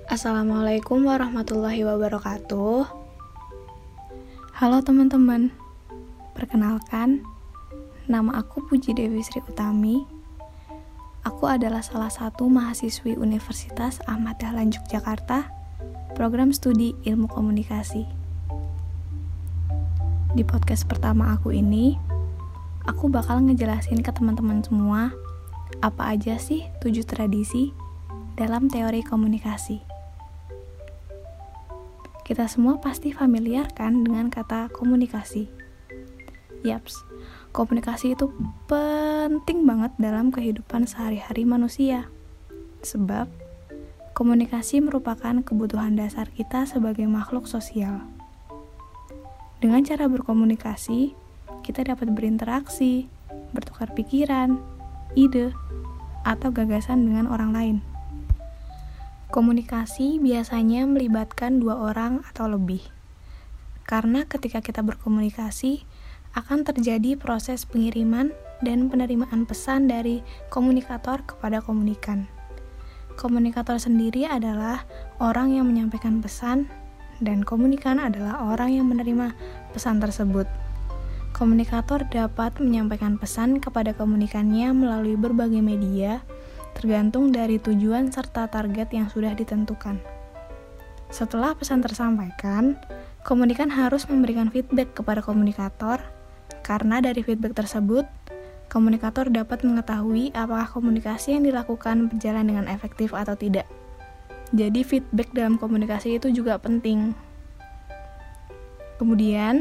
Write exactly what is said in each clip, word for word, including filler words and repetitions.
Assalamualaikum warahmatullahi wabarakatuh. Halo teman-teman, perkenalkan, nama aku Puji Dewi Sri Utami. Aku adalah salah satu mahasiswi Universitas Ahmad Dahlan Yogyakarta, program studi Ilmu Komunikasi. Di podcast pertama aku ini, aku bakal ngejelasin ke teman-teman semua apa aja sih tujuh tradisi dalam teori komunikasi. Kita semua pasti familiar kan dengan kata komunikasi. Yaps, komunikasi itu penting banget dalam kehidupan sehari-hari manusia. Sebab, komunikasi merupakan kebutuhan dasar kita sebagai makhluk sosial. Dengan cara berkomunikasi, kita dapat berinteraksi, bertukar pikiran, ide, atau gagasan dengan orang lain. Komunikasi biasanya melibatkan dua orang atau lebih. Karena ketika kita berkomunikasi, akan terjadi proses pengiriman dan penerimaan pesan dari komunikator kepada komunikan. Komunikator sendiri adalah orang yang menyampaikan pesan, dan komunikan adalah orang yang menerima pesan tersebut. Komunikator dapat menyampaikan pesan kepada komunikannya melalui berbagai media, tergantung dari tujuan serta target yang sudah ditentukan. Setelah pesan tersampaikan, komunikan harus memberikan feedback kepada komunikator, karena dari feedback tersebut, komunikator dapat mengetahui apakah komunikasi yang dilakukan berjalan dengan efektif atau tidak. Jadi feedback dalam komunikasi itu juga penting. Kemudian,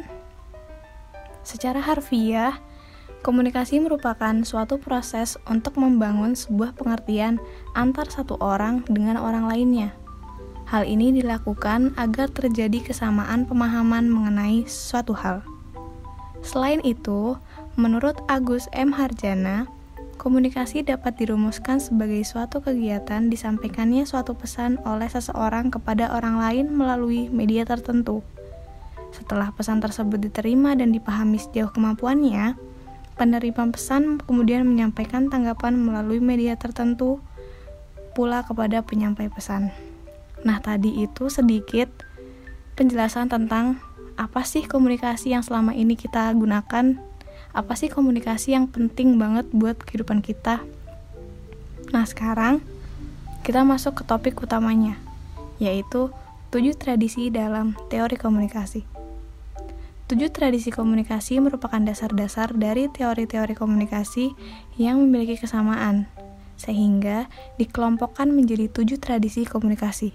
secara harfiah, komunikasi merupakan suatu proses untuk membangun sebuah pengertian antar satu orang dengan orang lainnya. Hal ini dilakukan agar terjadi kesamaan pemahaman mengenai suatu hal. Selain itu, menurut Agus M. Harjana, komunikasi dapat dirumuskan sebagai suatu kegiatan disampaikannya suatu pesan oleh seseorang kepada orang lain melalui media tertentu. Setelah pesan tersebut diterima dan dipahami sejauh kemampuannya, penerima pesan kemudian menyampaikan tanggapan melalui media tertentu pula kepada penyampai pesan. Nah, tadi itu sedikit penjelasan tentang apa sih komunikasi yang selama ini kita gunakan, apa sih komunikasi yang penting banget buat kehidupan kita. Nah, sekarang kita masuk ke topik utamanya, yaitu tujuh tradisi dalam teori komunikasi. Tujuh tradisi komunikasi merupakan dasar-dasar dari teori-teori komunikasi yang memiliki kesamaan, sehingga dikelompokkan menjadi tujuh tradisi komunikasi.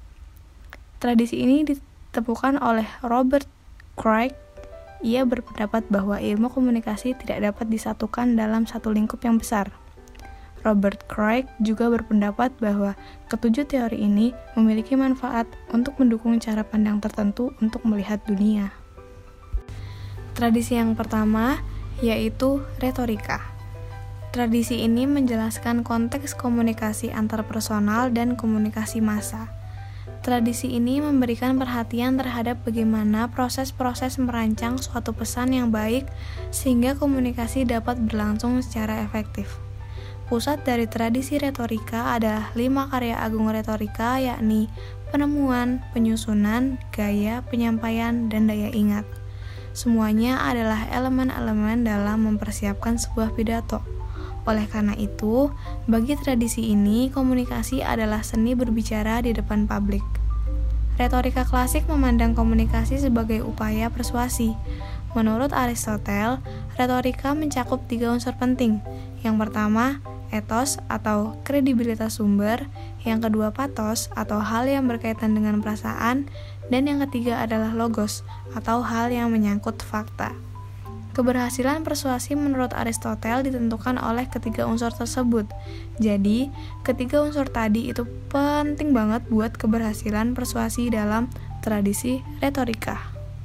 Tradisi ini ditemukan oleh Robert Craig. Ia berpendapat bahwa ilmu komunikasi tidak dapat disatukan dalam satu lingkup yang besar. Robert Craig juga berpendapat bahwa ketujuh teori ini memiliki manfaat untuk mendukung cara pandang tertentu untuk melihat dunia. Tradisi yang pertama yaitu retorika. Tradisi ini menjelaskan konteks komunikasi antarpersonal dan komunikasi massa. Tradisi ini memberikan perhatian terhadap bagaimana proses-proses merancang suatu pesan yang baik sehingga komunikasi dapat berlangsung secara efektif. Pusat dari tradisi retorika adalah lima karya agung retorika, yakni penemuan, penyusunan, gaya, penyampaian, dan daya ingat. Semuanya adalah elemen-elemen dalam mempersiapkan sebuah pidato. Oleh karena itu, bagi tradisi ini, komunikasi adalah seni berbicara di depan publik. Retorika klasik memandang komunikasi sebagai upaya persuasi. Menurut Aristoteles, retorika mencakup tiga unsur penting. Yang pertama, etos atau kredibilitas sumber, yang kedua pathos atau hal yang berkaitan dengan perasaan, dan yang ketiga adalah logos atau hal yang menyangkut fakta. Keberhasilan persuasi menurut Aristoteles ditentukan oleh ketiga unsur tersebut. Jadi, ketiga unsur tadi itu penting banget buat keberhasilan persuasi dalam tradisi retorika.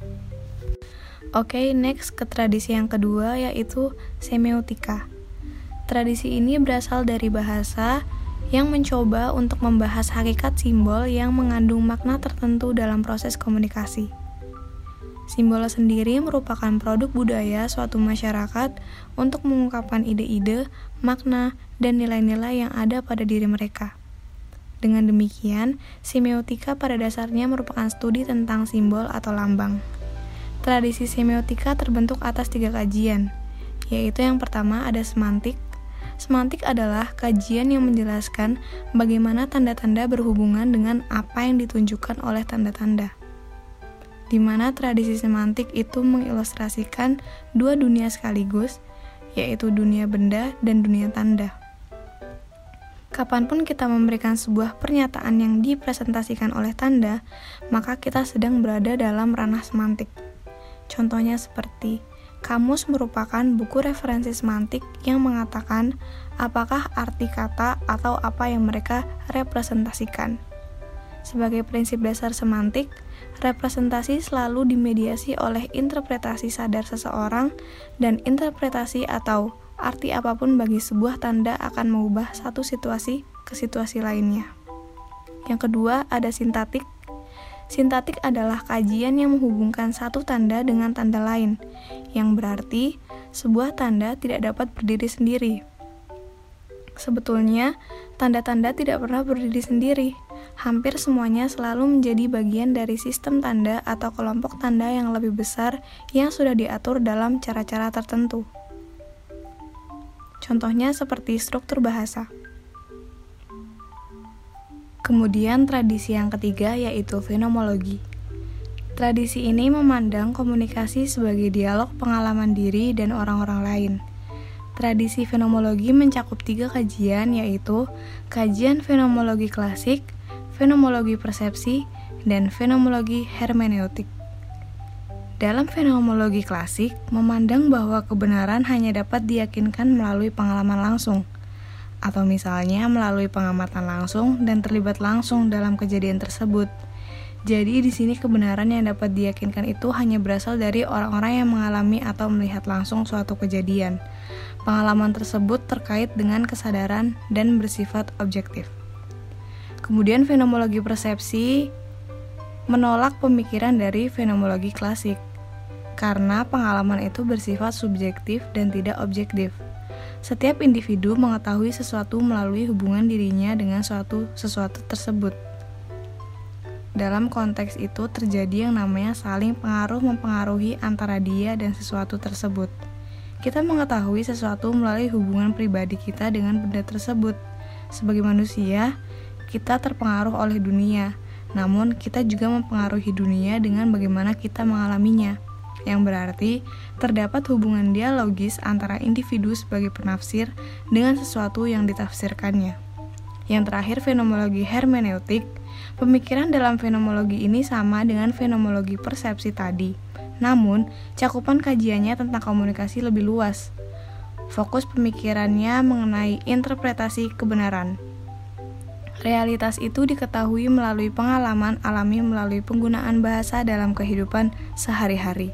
Oke, next ke tradisi yang kedua yaitu semiotika. Tradisi ini berasal dari bahasa yang mencoba untuk membahas hakikat simbol yang mengandung makna tertentu dalam proses komunikasi. Simbol sendiri merupakan produk budaya suatu masyarakat untuk mengungkapkan ide-ide, makna, dan nilai-nilai yang ada pada diri mereka. Dengan demikian, semiotika pada dasarnya merupakan studi tentang simbol atau lambang. Tradisi semiotika terbentuk atas tiga kajian, yaitu yang pertama ada semantik. Semantik adalah kajian yang menjelaskan bagaimana tanda-tanda berhubungan dengan apa yang ditunjukkan oleh tanda-tanda, di mana tradisi semantik itu mengilustrasikan dua dunia sekaligus, yaitu dunia benda dan dunia tanda. Kapanpun kita memberikan sebuah pernyataan yang dipresentasikan oleh tanda, maka kita sedang berada dalam ranah semantik. Contohnya seperti, kamus merupakan buku referensi semantik yang mengatakan apakah arti kata atau apa yang mereka representasikan. Sebagai prinsip dasar semantik, representasi selalu dimediasi oleh interpretasi sadar seseorang, dan interpretasi atau arti apapun bagi sebuah tanda akan mengubah satu situasi ke situasi lainnya. Yang kedua, ada sintaktik. Sintaktik adalah kajian yang menghubungkan satu tanda dengan tanda lain, yang berarti sebuah tanda tidak dapat berdiri sendiri. Sebetulnya, tanda-tanda tidak pernah berdiri sendiri. Hampir semuanya selalu menjadi bagian dari sistem tanda atau kelompok tanda yang lebih besar yang sudah diatur dalam cara-cara tertentu. Contohnya seperti struktur bahasa. Kemudian tradisi yang ketiga yaitu fenomenologi. Tradisi ini memandang komunikasi sebagai dialog pengalaman diri dan orang-orang lain. Tradisi fenomenologi mencakup tiga kajian yaitu kajian fenomenologi klasik, fenomenologi persepsi, dan fenomenologi hermeneutik. Dalam fenomenologi klasik, memandang bahwa kebenaran hanya dapat diyakinkan melalui pengalaman langsung, atau misalnya melalui pengamatan langsung dan terlibat langsung dalam kejadian tersebut. Jadi di sini kebenaran yang dapat diyakinkan itu hanya berasal dari orang-orang yang mengalami atau melihat langsung suatu kejadian. Pengalaman tersebut terkait dengan kesadaran dan bersifat objektif. Kemudian fenomenologi persepsi menolak pemikiran dari fenomenologi klasik, karena pengalaman itu bersifat subjektif dan tidak objektif. Setiap individu mengetahui sesuatu melalui hubungan dirinya dengan suatu sesuatu tersebut. Dalam konteks itu terjadi yang namanya saling pengaruh mempengaruhi antara dia dan sesuatu tersebut. Kita mengetahui sesuatu melalui hubungan pribadi kita dengan benda tersebut. Sebagai manusia, kita terpengaruh oleh dunia, namun kita juga mempengaruhi dunia dengan bagaimana kita mengalaminya. Yang berarti terdapat hubungan dialogis antara individu sebagai penafsir dengan sesuatu yang ditafsirkannya. Yang terakhir, fenomenologi hermeneutik. Pemikiran dalam fenomenologi ini sama dengan fenomenologi persepsi tadi, namun cakupan kajiannya tentang komunikasi lebih luas. Fokus pemikirannya mengenai interpretasi kebenaran. Realitas itu diketahui melalui pengalaman alami melalui penggunaan bahasa dalam kehidupan sehari-hari.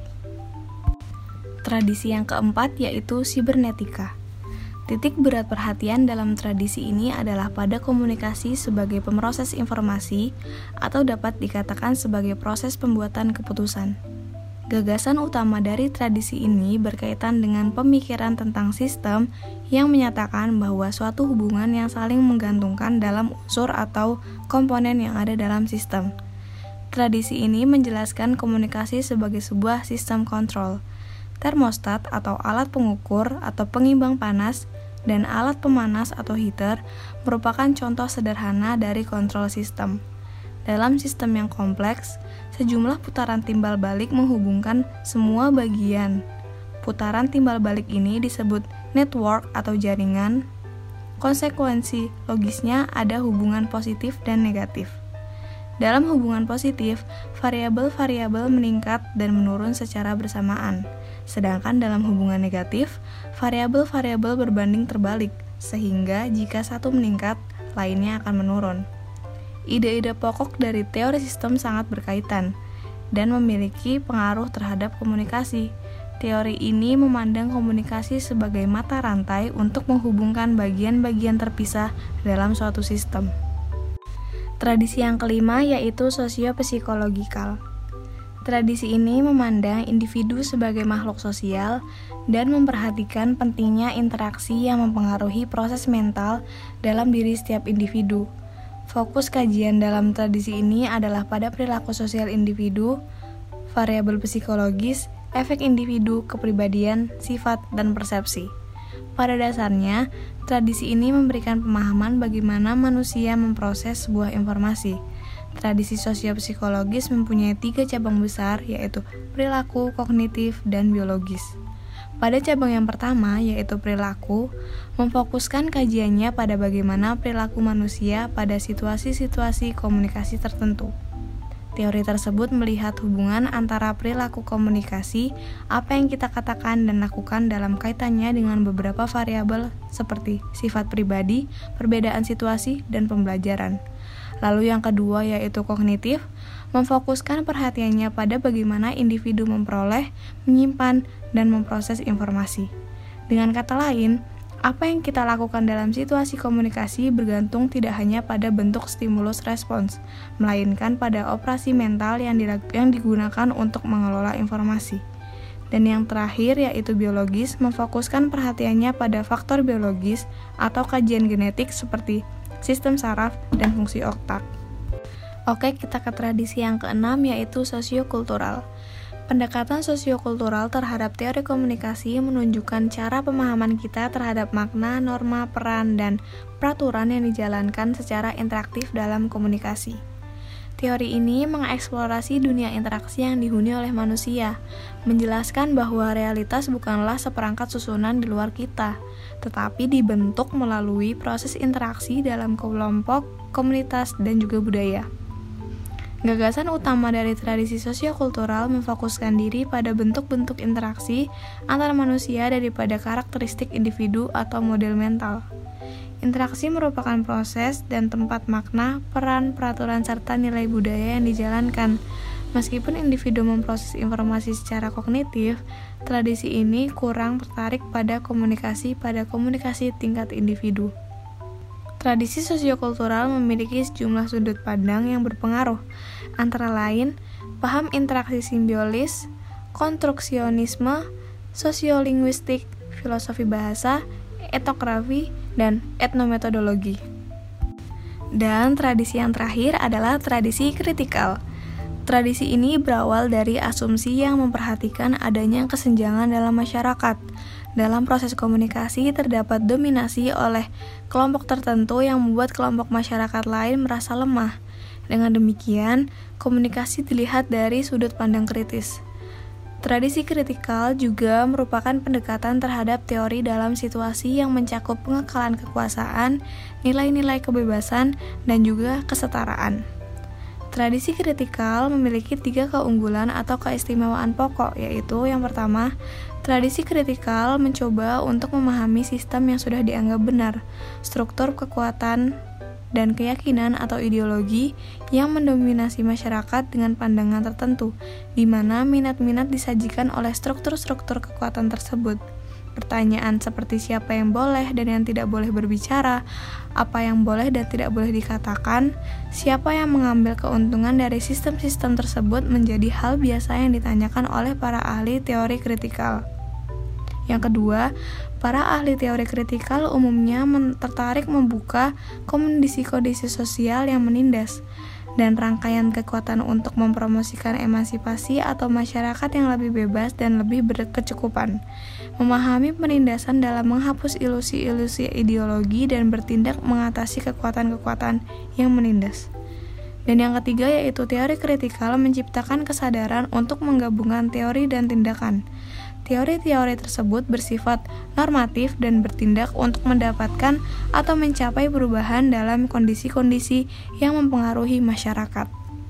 Tradisi yang keempat yaitu sibernetika. Titik berat perhatian dalam tradisi ini adalah pada komunikasi sebagai pemroses informasi atau dapat dikatakan sebagai proses pembuatan keputusan. Gagasan utama dari tradisi ini berkaitan dengan pemikiran tentang sistem yang menyatakan bahwa suatu hubungan yang saling menggantungkan dalam unsur atau komponen yang ada dalam sistem. Tradisi ini menjelaskan komunikasi sebagai sebuah sistem kontrol. Termostat atau alat pengukur atau pengimbang panas dan alat pemanas atau heater merupakan contoh sederhana dari kontrol sistem. Dalam sistem yang kompleks, sejumlah putaran timbal balik menghubungkan semua bagian. Putaran timbal balik ini disebut network atau jaringan. Konsekuensi logisnya ada hubungan positif dan negatif. Dalam hubungan positif, variabel-variabel meningkat dan menurun secara bersamaan. Sedangkan dalam hubungan negatif, variabel-variabel berbanding terbalik, sehingga jika satu meningkat, lainnya akan menurun. Ide-ide pokok dari teori sistem sangat berkaitan dan memiliki pengaruh terhadap komunikasi. Teori ini memandang komunikasi sebagai mata rantai untuk menghubungkan bagian-bagian terpisah dalam suatu sistem. Tradisi yang kelima yaitu sosio-psikologikal. Tradisi ini memandang individu sebagai makhluk sosial dan memperhatikan pentingnya interaksi yang mempengaruhi proses mental dalam diri setiap individu. Fokus kajian dalam tradisi ini adalah pada perilaku sosial individu, variabel psikologis, efek individu, kepribadian, sifat, dan persepsi. Pada dasarnya, tradisi ini memberikan pemahaman bagaimana manusia memproses sebuah informasi. Tradisi sosiopsikologis mempunyai tiga cabang besar, yaitu perilaku, kognitif, dan biologis. Pada cabang yang pertama, yaitu perilaku, memfokuskan kajiannya pada bagaimana perilaku manusia pada situasi-situasi komunikasi tertentu. Teori tersebut melihat hubungan antara perilaku komunikasi, apa yang kita katakan dan lakukan dalam kaitannya dengan beberapa variabel seperti sifat pribadi, perbedaan situasi, dan pembelajaran. Lalu yang kedua yaitu kognitif, memfokuskan perhatiannya pada bagaimana individu memperoleh, menyimpan, dan memproses informasi. Dengan kata lain, apa yang kita lakukan dalam situasi komunikasi bergantung tidak hanya pada bentuk stimulus respons, melainkan pada operasi mental yang, yang digunakan untuk mengelola informasi. Dan yang terakhir yaitu biologis, memfokuskan perhatiannya pada faktor biologis atau kajian genetik seperti sistem saraf dan fungsi otak. Oke, kita ke tradisi yang keenam yaitu sosiokultural. Pendekatan sosiokultural terhadap teori komunikasi menunjukkan cara pemahaman kita terhadap makna, norma, peran, dan peraturan yang dijalankan secara interaktif dalam komunikasi. Teori ini mengeksplorasi dunia interaksi yang dihuni oleh manusia, menjelaskan bahwa realitas bukanlah seperangkat susunan di luar kita, tetapi dibentuk melalui proses interaksi dalam kelompok, komunitas, dan juga budaya. Gagasan utama dari tradisi sosiokultural memfokuskan diri pada bentuk-bentuk interaksi antara manusia daripada karakteristik individu atau model mental. Interaksi merupakan proses dan tempat makna, peran, peraturan, serta nilai budaya yang dijalankan. Meskipun individu memproses informasi secara kognitif, tradisi ini kurang tertarik pada komunikasi pada komunikasi tingkat individu. Tradisi sosiokultural memiliki sejumlah sudut pandang yang berpengaruh, antara lain paham interaksi simbiolis, konstruksionisme, sosiolinguistik, filosofi bahasa, etnografi, dan etnometodologi. Dan tradisi yang terakhir adalah tradisi kritikal. Tradisi ini berawal dari asumsi yang memperhatikan adanya kesenjangan dalam masyarakat. Dalam proses komunikasi terdapat dominasi oleh kelompok tertentu yang membuat kelompok masyarakat lain merasa lemah. Dengan demikian, komunikasi dilihat dari sudut pandang kritis. Tradisi kritikal juga merupakan pendekatan terhadap teori dalam situasi yang mencakup pengekalan kekuasaan, nilai-nilai kebebasan, dan juga kesetaraan. Tradisi kritikal memiliki tiga keunggulan atau keistimewaan pokok, yaitu yang pertama, tradisi kritikal mencoba untuk memahami sistem yang sudah dianggap benar, struktur kekuatan, dan keyakinan atau ideologi yang mendominasi masyarakat dengan pandangan tertentu, di mana minat-minat disajikan oleh struktur-struktur kekuatan tersebut. Pertanyaan seperti siapa yang boleh dan yang tidak boleh berbicara, apa yang boleh dan tidak boleh dikatakan, siapa yang mengambil keuntungan dari sistem-sistem tersebut menjadi hal biasa yang ditanyakan oleh para ahli teori kritikal. Yang kedua, para ahli teori kritikal umumnya men- tertarik membuka kondisi-kondisi sosial yang menindas dan rangkaian kekuatan untuk mempromosikan emansipasi atau masyarakat yang lebih bebas dan lebih berkecukupan, memahami penindasan dalam menghapus ilusi-ilusi ideologi dan bertindak mengatasi kekuatan-kekuatan yang menindas. Dan yang ketiga yaitu teori kritikal menciptakan kesadaran untuk menggabungkan teori dan tindakan. Teori-teori tersebut bersifat normatif dan bertindak untuk mendapatkan atau mencapai perubahan dalam kondisi-kondisi yang mempengaruhi masyarakat.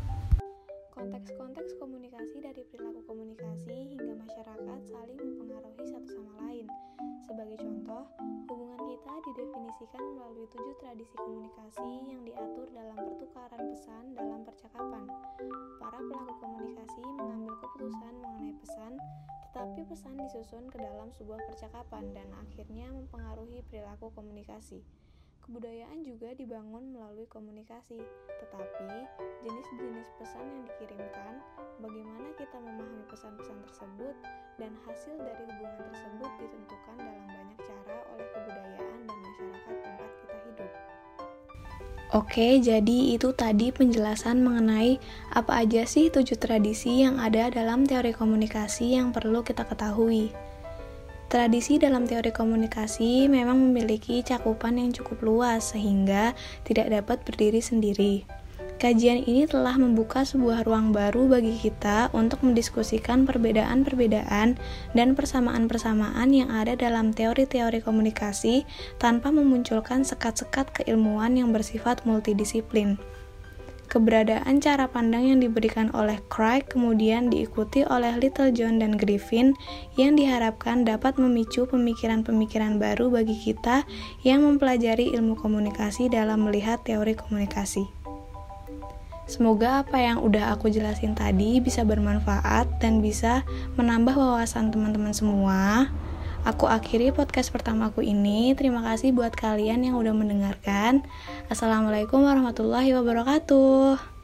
Konteks-konteks komunikasi dari perilaku komunikasi hingga masyarakat saling mempengaruhi satu sama lain. Sebagai contoh, hubungan kita didefinisikan melalui tujuh tradisi komunikasi yang diatur dalam pertukaran pesan dalam percakapan. Para pelaku komunikasi mengambil keputusan mengenai pesan, tetapi pesan disusun ke dalam sebuah percakapan dan akhirnya mempengaruhi perilaku komunikasi. Kebudayaan juga dibangun melalui komunikasi, tetapi jenis-jenis pesan yang dikirimkan, bagaimana kita memahami pesan-pesan tersebut, dan hasil dari hubungan tersebut ditentukan dalam banyak cara oleh kebudayaan dan masyarakat tempat kita hidup. Oke, jadi itu tadi penjelasan mengenai apa aja sih tujuh tradisi yang ada dalam teori komunikasi yang perlu kita ketahui. Tradisi dalam teori komunikasi memang memiliki cakupan yang cukup luas sehingga tidak dapat berdiri sendiri. Kajian ini telah membuka sebuah ruang baru bagi kita untuk mendiskusikan perbedaan-perbedaan dan persamaan-persamaan yang ada dalam teori-teori komunikasi tanpa memunculkan sekat-sekat keilmuan yang bersifat multidisiplin. Keberadaan cara pandang yang diberikan oleh Craig kemudian diikuti oleh Littlejohn dan Griffin yang diharapkan dapat memicu pemikiran-pemikiran baru bagi kita yang mempelajari ilmu komunikasi dalam melihat teori komunikasi. Semoga apa yang udah aku jelasin tadi bisa bermanfaat dan bisa menambah wawasan teman-teman semua. Aku akhiri podcast pertamaku ini. Terima kasih buat kalian yang udah mendengarkan. Assalamualaikum warahmatullahi wabarakatuh.